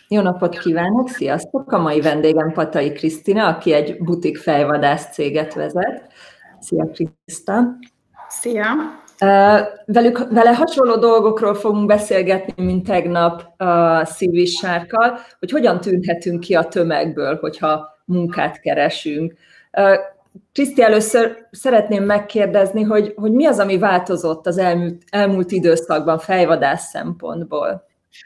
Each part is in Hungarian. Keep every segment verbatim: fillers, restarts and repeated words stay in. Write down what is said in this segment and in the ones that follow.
Jó napot kívánok, sziasztok! A mai vendégem Patai Krisztina, aki egy butik fejvadász céget vezet. Szia, Kriszta! Szia! Velük, vele hasonló dolgokról fogunk beszélgetni, mint tegnap a Szilvis Sárkkal, hogy hogyan tűnhetünk ki a tömegből, hogyha munkát keresünk. Kriszti, először szeretném megkérdezni, hogy, hogy mi az, ami változott az elmúlt, elmúlt időszakban fejvadász szempontból?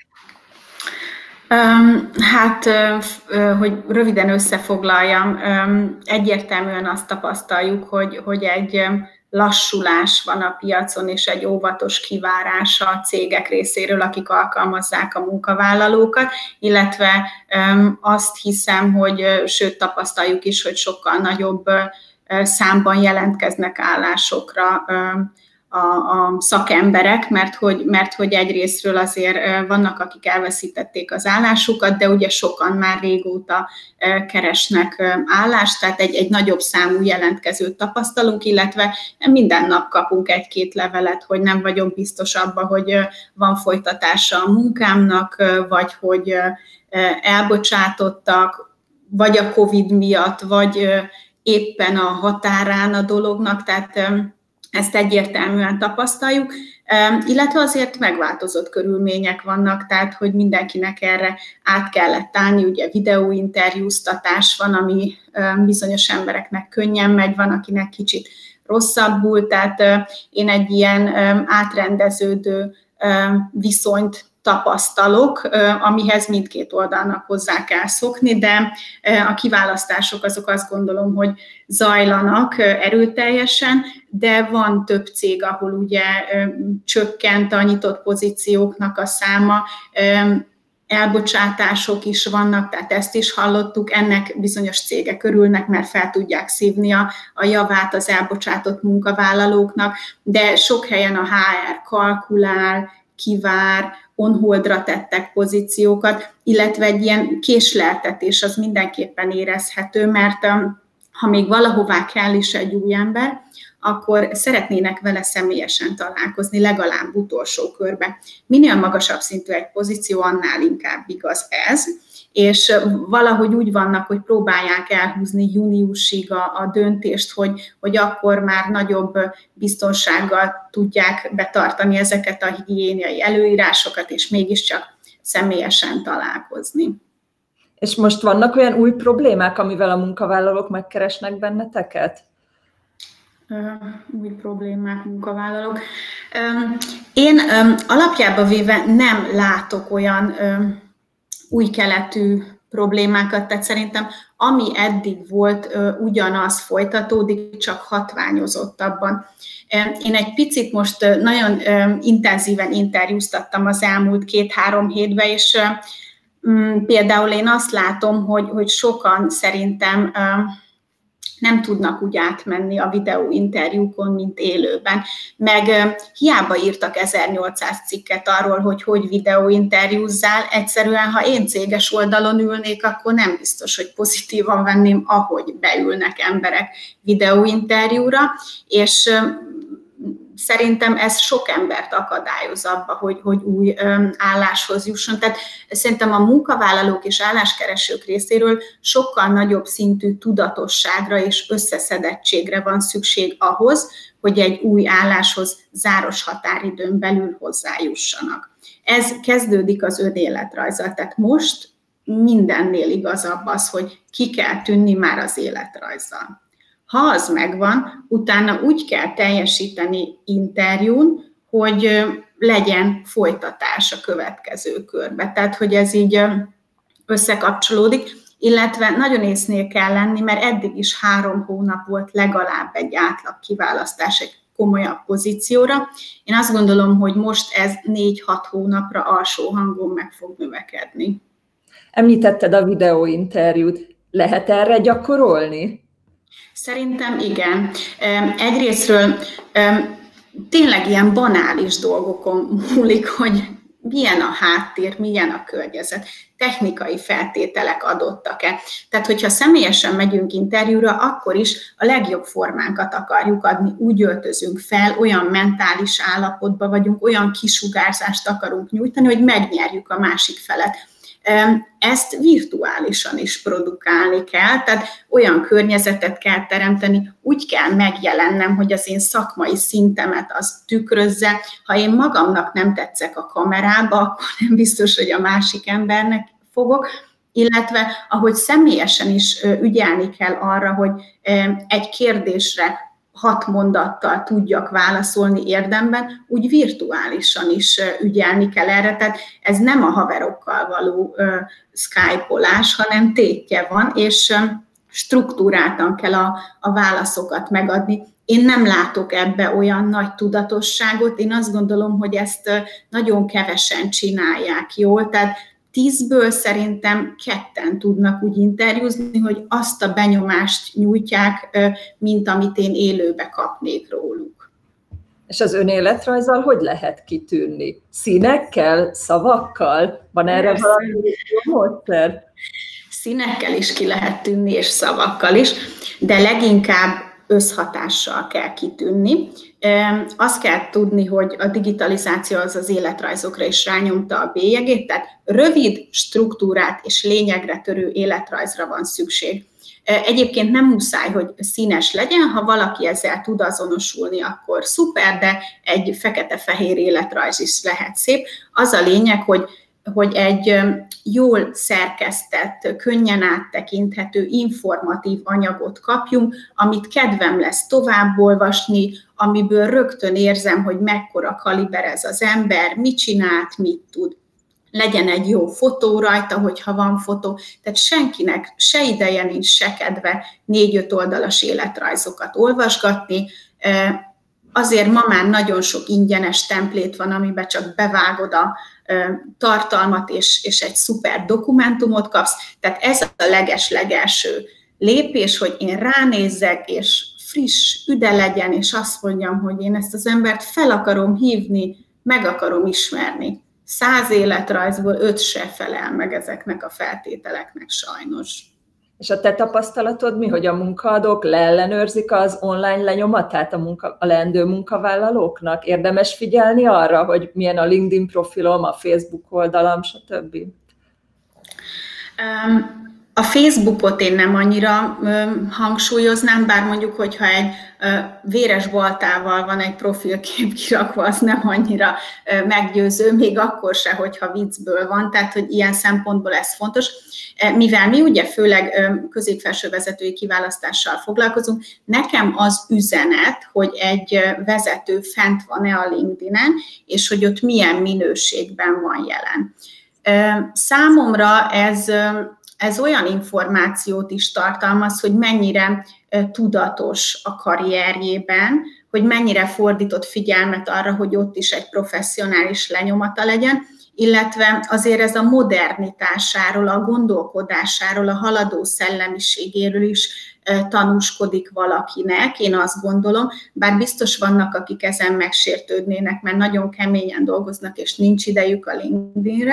Um, hát, uh, hogy röviden összefoglaljam, um, egyértelműen azt tapasztaljuk, hogy, hogy egy lassulás van a piacon, és egy óvatos kivárás a cégek részéről, akik alkalmazzák a munkavállalókat, illetve um, azt hiszem, hogy sőt tapasztaljuk is, hogy sokkal nagyobb uh, számban jelentkeznek állásokra um, A, a szakemberek, mert hogy, mert hogy egyrésztről azért vannak, akik elveszítették az állásukat, de ugye sokan már régóta keresnek állást, tehát egy, egy nagyobb számú jelentkezőt tapasztalunk, illetve minden nap kapunk egy-két levelet, hogy nem vagyok biztos abban, hogy van folytatása a munkámnak, vagy hogy elbocsátottak, vagy a Covid miatt, vagy éppen a határán a dolognak, tehát ezt egyértelműen tapasztaljuk, illetve azért megváltozott körülmények vannak, tehát hogy mindenkinek erre át kellett állni, ugye videóinterjúztatás van, ami bizonyos embereknek könnyen megy, van, akinek kicsit rosszabbul, tehát én egy ilyen átrendeződő viszonyt tapasztalok, amihez mindkét oldalnak hozzá kell szokni, de a kiválasztások azok azt gondolom, hogy zajlanak erőteljesen, de van több cég, ahol ugye csökkent a nyitott pozícióknak a száma, elbocsátások is vannak, tehát ezt is hallottuk, ennek bizonyos cégek örülnek, mert fel tudják szívni a, a javát az elbocsátott munkavállalóknak, de sok helyen a há er kalkulál, kivár, on-holdra tettek pozíciókat, illetve egy ilyen késleltetés az mindenképpen érezhető, mert ha még valahová kell is egy új ember, akkor szeretnének vele személyesen találkozni, legalább utolsó körbe. Minél magasabb szintű egy pozíció, annál inkább igaz ez, és valahogy úgy vannak, hogy próbálják elhúzni júniusig a, a döntést, hogy, hogy akkor már nagyobb biztonsággal tudják betartani ezeket a higiéniai előírásokat, és mégiscsak személyesen találkozni. És most vannak olyan új problémák, amivel a munkavállalók megkeresnek benneteket? Új problémák, munkavállalók. Én alapjában véve nem látok olyan új keletű problémákat, tehát szerintem ami eddig volt, ugyanaz folytatódik, csak hatványozottabban. Én egy picit most nagyon intenzíven interjúztattam az elmúlt két-három hétben, és például én azt látom, hogy, hogy sokan szerintem nem tudnak úgy átmenni a videóinterjúkon, mint élőben. Meg hiába írtak ezernyolcszáz cikket arról, hogy hogy videóinterjúzzál, egyszerűen, ha én céges oldalon ülnék, akkor nem biztos, hogy pozitívan venném, ahogy beülnek emberek videóinterjúra, és szerintem ez sok embert akadályoz abba, hogy, hogy új álláshoz jusson. Tehát szerintem a munkavállalók és álláskeresők részéről sokkal nagyobb szintű tudatosságra és összeszedettségre van szükség ahhoz, hogy egy új álláshoz záros határidőn belül hozzájussanak. Ez kezdődik az önéletrajzzal. Tehát most mindennél igazabb az, hogy ki kell tűnni már az életrajzzal. Ha az megvan, utána úgy kell teljesíteni interjún, hogy legyen folytatás a következő körbe. Tehát, hogy ez így összekapcsolódik, illetve nagyon észnél kell lenni, mert eddig is három hónap volt legalább egy átlag kiválasztás egy komolyabb pozícióra. Én azt gondolom, hogy most ez négy-hat hónapra alsó hangon meg fog növekedni. Említetted a videóinterjút. Lehet erre gyakorolni? Szerintem igen. Egyrészről tényleg ilyen banális dolgokon múlik, hogy milyen a háttér, milyen a környezet. technikai feltételek adottak-e. Tehát, hogyha személyesen megyünk interjúra, akkor is a legjobb formánkat akarjuk adni, úgy öltözünk fel, olyan mentális állapotban vagyunk, olyan kisugárzást akarunk nyújtani, hogy megnyerjük a másik felet. Ezt virtuálisan is produkálni kell, tehát olyan környezetet kell teremteni, úgy kell megjelennem, hogy az én szakmai szintemet az tükrözze. Ha én magamnak nem tetszek a kamerába, akkor nem biztos, hogy a másik embernek fogok, illetve ahogy személyesen is ügyelni kell arra, hogy egy kérdésre hat mondattal tudjak válaszolni érdemben, úgy virtuálisan is ügyelni kell erre. Tehát ez nem a haverokkal való uh, skype-olás, hanem tétje van, és uh, struktúráltan kell a, a válaszokat megadni. Én nem látok ebbe olyan nagy tudatosságot, én azt gondolom, hogy ezt uh, nagyon kevesen csinálják jól, tehát tízből szerintem ketten tudnak úgy interjúzni, hogy azt a benyomást nyújtják, mint amit én élőbe kapnék róluk. És az önéletrajzzal hogy lehet kitűnni? Színekkel, szavakkal? Van erre Persze. valami jó módszer? Színekkel is ki lehet tűnni, és szavakkal is, de leginkább összhatással kell kitűnni. Azt kell tudni, hogy a digitalizáció az az életrajzokra is rányomta a bélyegét, tehát rövid, struktúrát és lényegre törő életrajzra van szükség. Egyébként nem muszáj, hogy színes legyen, ha valaki ezzel tud azonosulni, akkor szuper, de egy fekete-fehér életrajz is lehet szép. Az a lényeg, hogy hogy egy jól szerkesztett, könnyen áttekinthető, informatív anyagot kapjunk, amit kedvem lesz továbbolvasni, amiből rögtön érzem, hogy mekkora kaliber ez az ember, mit csinált, mit tud. Legyen egy jó fotó rajta, hogyha van fotó, tehát senkinek se ideje nincs, se kedve négy-öt oldalas életrajzokat olvasgatni. Azért ma már nagyon sok ingyenes templét van, amiben csak bevágod a tartalmat, és, és egy szuper dokumentumot kapsz. Tehát ez a leges-legelső lépés, hogy én ránézzek, és friss, üde legyen, és azt mondjam, hogy én ezt az embert fel akarom hívni, meg akarom ismerni. Száz életrajzból öt se felel meg ezeknek a feltételeknek sajnos. És a te tapasztalatod mi, hogy a munkaadók leellenőrzik az online lenyomatát a, munka, a leendő munkavállalóknak? Érdemes figyelni arra, hogy milyen a LinkedIn profilom, a Facebook oldalam, stb.? Um, a Facebookot én nem annyira um, hangsúlyoznám, bár mondjuk, hogyha egy uh, véres baltával van egy profilkép kirakva, az nem annyira uh, meggyőző, még akkor se, hogyha viccből van, tehát hogy ilyen szempontból ez fontos. Mivel mi ugye főleg középfelső vezetői kiválasztással foglalkozunk, nekem az üzenet, hogy egy vezető fent van-e a LinkedIn-en, és hogy ott milyen minőségben van jelen. Számomra ez, ez olyan információt is tartalmaz, hogy mennyire tudatos a karrierjében, hogy mennyire fordított figyelmet arra, hogy ott is egy professzionális lenyomata legyen, illetve azért ez a modernitásáról, a gondolkodásáról, a haladó szellemiségéről is tanúskodik valakinek, én azt gondolom, bár biztos vannak, akik ezen megsértődnének, mert nagyon keményen dolgoznak, és nincs idejük a LinkedInre,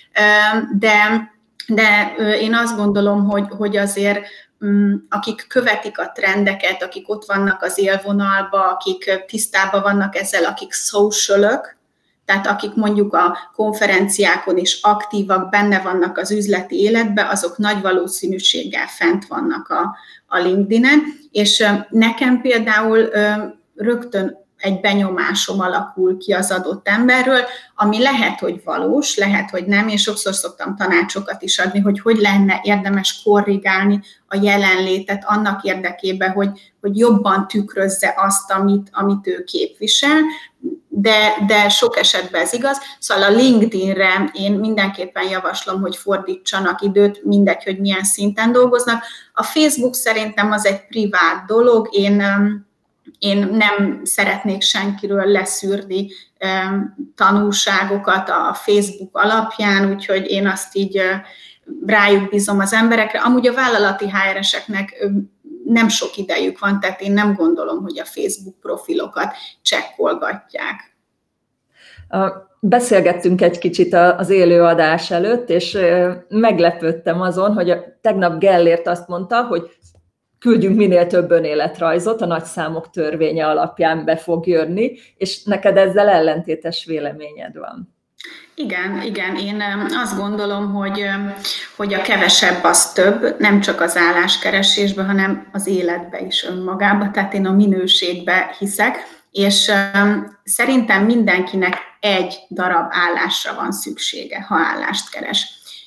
de, de én azt gondolom, hogy, hogy azért akik követik a trendeket, akik ott vannak az élvonalba, akik tisztában vannak ezzel, akik socialök, tehát akik mondjuk a konferenciákon is aktívak, benne vannak az üzleti életben, azok nagy valószínűséggel fent vannak a, a LinkedIn-en, és nekem például rögtön egy benyomásom alakul ki az adott emberről, ami lehet, hogy valós, lehet, hogy nem. Én sokszor szoktam tanácsokat is adni, hogy hogy lenne érdemes korrigálni a jelenlétet annak érdekében, hogy, hogy jobban tükrözze azt, amit, amit ő képvisel, de, de sok esetben ez igaz. Szóval a LinkedIn-re én mindenképpen javaslom, hogy fordítsanak időt, mindegy, hogy milyen szinten dolgoznak. A Facebook szerintem az egy privát dolog, én... Én nem szeretnék senkiről leszűrni tanulságokat a Facebook alapján, úgyhogy én azt így rájuk bízom az emberekre. Amúgy a vállalati há er eseknek nem sok idejük van, tehát én nem gondolom, hogy a Facebook profilokat csekkolgatják. Beszélgettünk egy kicsit az élő adás előtt, és meglepődtem azon, hogy tegnap Gellért azt mondta, hogy küldjünk minél több önéletrajzot, a nagyszámok törvénye alapján be fog jönni, és neked ezzel ellentétes véleményed van. Igen, igen, én azt gondolom, hogy, hogy a kevesebb az több, nem csak az álláskeresésben, hanem az életbe is önmagában, tehát én a minőségbe hiszek, és szerintem mindenkinek egy darab állásra van szüksége, ha állást keres.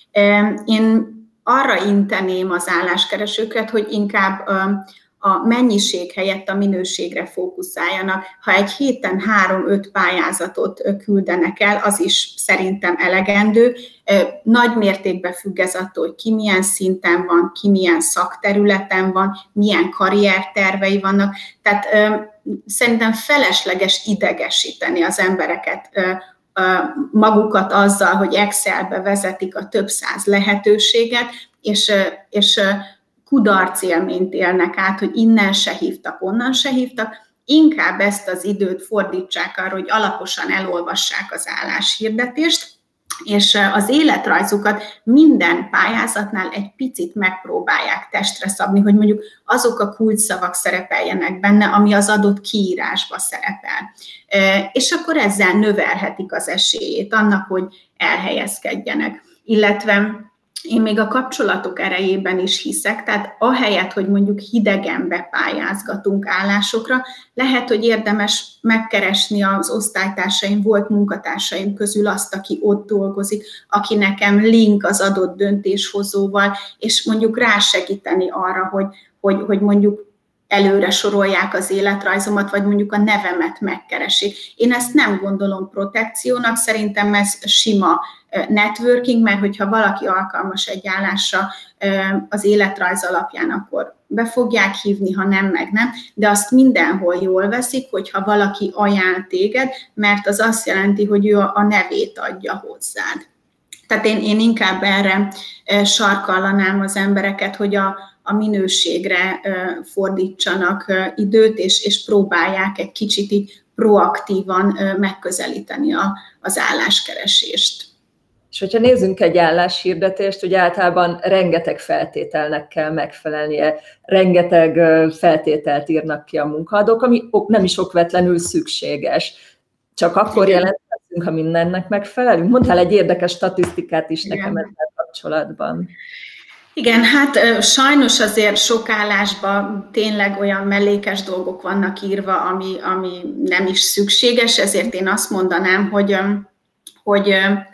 Én arra inteném az álláskeresőket, hogy inkább a mennyiség helyett a minőségre fókuszáljanak. Ha egy héten három-öt pályázatot küldenek el, az is szerintem elegendő. Nagy mértékben függ ez attól, hogy ki milyen szinten van, ki milyen szakterületen van, milyen karriertervei vannak. Tehát szerintem felesleges idegesíteni az embereket, magukat azzal, hogy Excelbe vezetik a több száz lehetőséget, és, és kudarc élményt élnek át, hogy innen se hívtak, onnan se hívtak, inkább ezt az időt fordítsák arra, hogy alaposan elolvassák az álláshirdetést, és az életrajzukat minden pályázatnál egy picit megpróbálják testre szabni, hogy mondjuk azok a kulcsszavak szerepeljenek benne, ami az adott kiírásba szerepel. És akkor ezzel növelhetik az esélyét annak, hogy elhelyezkedjenek. Illetve én még a kapcsolatok erejében is hiszek, tehát ahelyett, hogy mondjuk hidegen bepályázgatunk állásokra, lehet, hogy érdemes megkeresni az osztálytársaim, volt munkatársaim közül azt, aki ott dolgozik, aki nekem link az adott döntéshozóval, és mondjuk rásegíteni arra, hogy, hogy, hogy mondjuk előre sorolják az életrajzomat, vagy mondjuk a nevemet megkeresik. Én ezt nem gondolom protekciónak, szerintem ez sima networking, mert hogyha valaki alkalmas egy állásra az életrajz alapján, akkor be fogják hívni, ha nem, meg nem, de azt mindenhol jól veszik, hogyha valaki ajánl téged, mert az azt jelenti, hogy ő a nevét adja hozzád. Tehát én, én inkább erre sarkallanám az embereket, hogy a, a minőségre fordítsanak időt, és, és próbálják egy kicsit így proaktívan megközelíteni a, az álláskeresést. És hogyha nézzünk egy álláshirdetést, ugye általában rengeteg feltételnek kell megfelelnie, rengeteg feltételt írnak ki a munkaadók, ami nem is okvetlenül szükséges. Csak akkor jelentkezünk, ha mindennek megfelelünk. Mondtál egy érdekes statisztikát is Igen. nekem ezzel kapcsolatban. Igen, hát sajnos azért sok állásban tényleg olyan mellékes dolgok vannak írva, ami, ami nem is szükséges, ezért én azt mondanám, hogy, hogy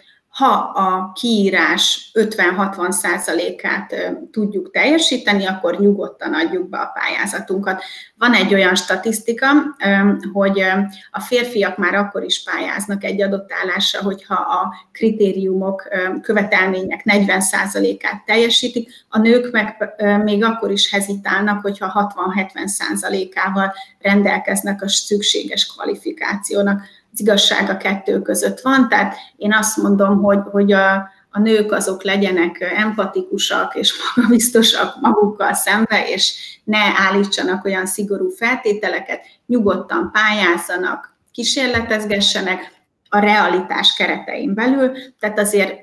ha a kiírás ötven-hatvan százalékát tudjuk teljesíteni, akkor nyugodtan adjuk be a pályázatunkat. Van egy olyan statisztika, hogy a férfiak már akkor is pályáznak egy adott állásra, hogyha a kritériumok, követelmények negyven százalékát teljesítik, a nők meg még akkor is hezitálnak, hogyha hatvan-hetven százalékával rendelkeznek a szükséges kvalifikációnak. Az igazság a kettő között van, tehát én azt mondom, hogy, hogy a, a nők azok legyenek empatikusak és magabiztosak magukkal szembe, és ne állítsanak olyan szigorú feltételeket, nyugodtan pályázzanak, kísérletezgessenek a realitás keretein belül, tehát azért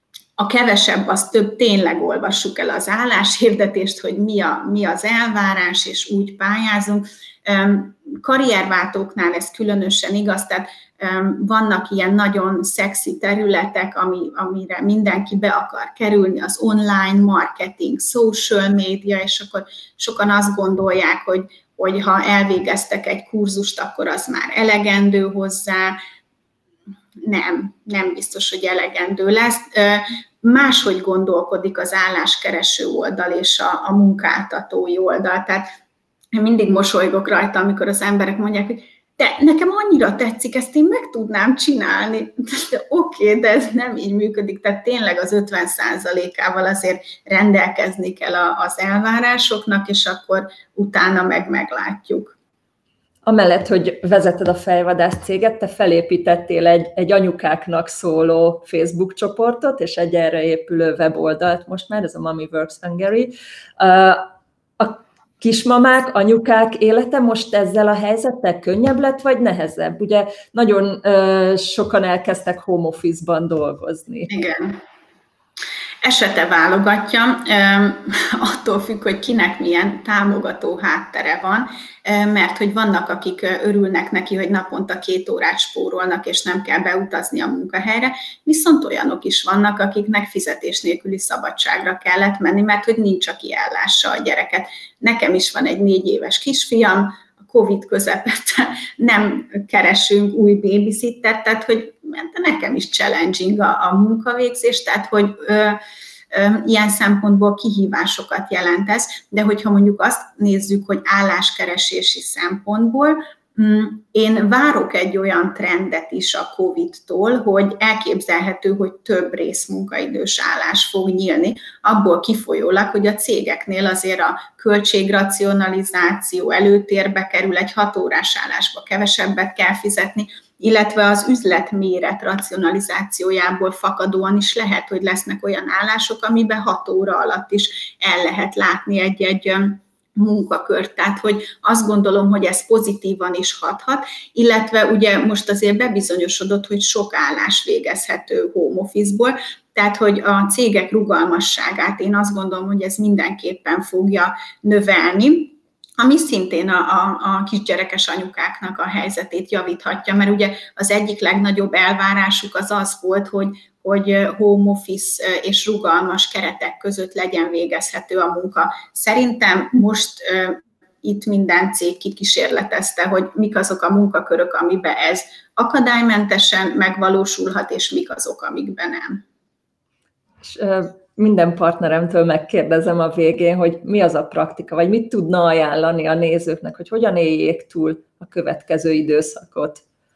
a kevesebb, az több, tényleg olvassuk el az álláshirdetést, hogy mi, a, mi az elvárás, és úgy pályázunk. Karrierváltóknál ez különösen igaz, tehát vannak ilyen nagyon szexi területek, ami, amire mindenki be akar kerülni, az online marketing, social media, és akkor sokan azt gondolják, hogy, hogy ha elvégeztek egy kurzust, akkor az már elegendő hozzá. Nem, nem biztos, hogy elegendő lesz. Máshogy gondolkodik az álláskereső oldal és a, a munkáltatói oldal. Tehát én mindig mosolygok rajta, amikor az emberek mondják, hogy de nekem annyira tetszik, ezt én meg tudnám csinálni. De oké, okay, de ez nem így működik. Tehát tényleg az ötven százalékával azért rendelkezni kell az elvárásoknak, és akkor utána meg meglátjuk. Amellett, hogy vezeted a Fejvadász céget, te felépítettél egy, egy anyukáknak szóló Facebook csoportot, és egy erre épülő weboldalt most már, ez a Mommy Works Hungary. A kismamák, anyukák élete most ezzel a helyzettel könnyebb lett, vagy nehezebb? Ugye nagyon uh, sokan elkezdtek home office-ban dolgozni. Igen. Esete válogatja, attól függ, hogy kinek milyen támogató háttere van, mert hogy vannak, akik örülnek neki, hogy naponta két órát spórolnak, és nem kell beutazni a munkahelyre, viszont olyanok is vannak, akiknek fizetés nélküli szabadságra kellett menni, mert hogy nincs, aki ellássa a gyereket. Nekem is van egy négy éves kisfiam, a Covid közepette nem keresünk új babysittert, tehát hogy nekem is challenging a, a munkavégzés, tehát hogy ö, ö, ilyen szempontból kihívásokat jelent ez, de hogyha mondjuk azt nézzük, hogy álláskeresési szempontból, én várok egy olyan trendet is a Covid-tól, hogy elképzelhető, hogy több részmunkaidős állás fog nyílni, abból kifolyólag, hogy a cégeknél azért a költségracionalizáció előtérbe kerül, egy hat órás állásba kevesebbet kell fizetni, illetve az üzletméret racionalizációjából fakadóan is lehet, hogy lesznek olyan állások, amiben hat óra alatt is el lehet látni egy-egy munkakört. Tehát, hogy azt gondolom, hogy ez pozitívan is hathat, illetve ugye most azért bebizonyosodott, hogy sok állás végezhető home office-ból, tehát, hogy a cégek rugalmasságát én azt gondolom, hogy ez mindenképpen fogja növelni, ami szintén a, a, a kisgyerekes anyukáknak a helyzetét javíthatja, mert ugye az egyik legnagyobb elvárásuk az az volt, hogy, hogy home office és rugalmas keretek között legyen végezhető a munka. Szerintem most uh, itt minden cég kikísérletezte, hogy mik azok a munkakörök, amiben ez akadálymentesen megvalósulhat, és mik azok, amikben nem. És, uh... minden partneremtől megkérdezem a végén, hogy mi az a praktika, vagy mit tudna ajánlani a nézőknek, hogy hogyan éljék túl a következő időszakot.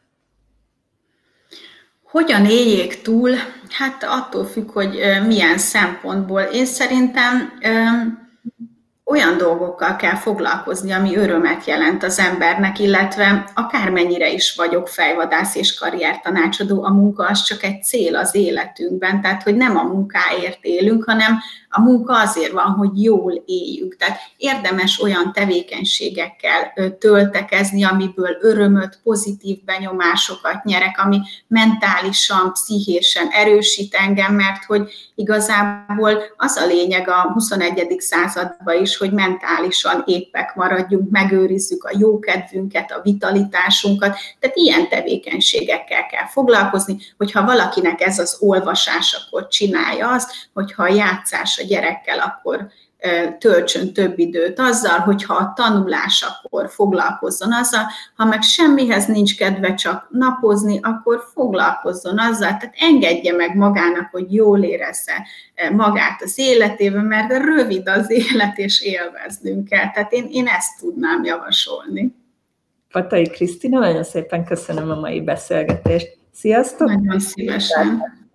Hogyan éljék túl? Hát attól függ, hogy milyen szempontból. Én szerintem olyan dolgokkal kell foglalkozni, ami örömet jelent az embernek, illetve akármennyire is vagyok fejvadász és karriertanácsadó, a munka az csak egy cél az életünkben, tehát hogy nem a munkáért élünk, hanem a munka azért van, hogy jól éljük. Tehát érdemes olyan tevékenységekkel töltekezni, amiből örömöt, pozitív benyomásokat nyerek, ami mentálisan, pszichésen erősít engem, mert hogy igazából az a lényeg a huszonegyedik században is, hogy mentálisan éppek maradjunk, megőrizzük a jókedvünket, a vitalitásunkat, tehát ilyen tevékenységekkel kell foglalkozni, hogyha valakinek ez az olvasás, akkor csinálja azt, hogyha a játszás a gyerekkel, akkor töltsön több időt azzal, hogyha a tanulás, akkor foglalkozzon azzal, ha meg semmihez nincs kedve csak napozni, akkor foglalkozzon azzal, tehát engedje meg magának, hogy jól érezze magát az életében, mert rövid az élet, és élveznünk kell. Tehát én, én ezt tudnám javasolni. Patay Krisztina, nagyon szépen köszönöm a mai beszélgetést. Sziasztok! Nagyon szívesen!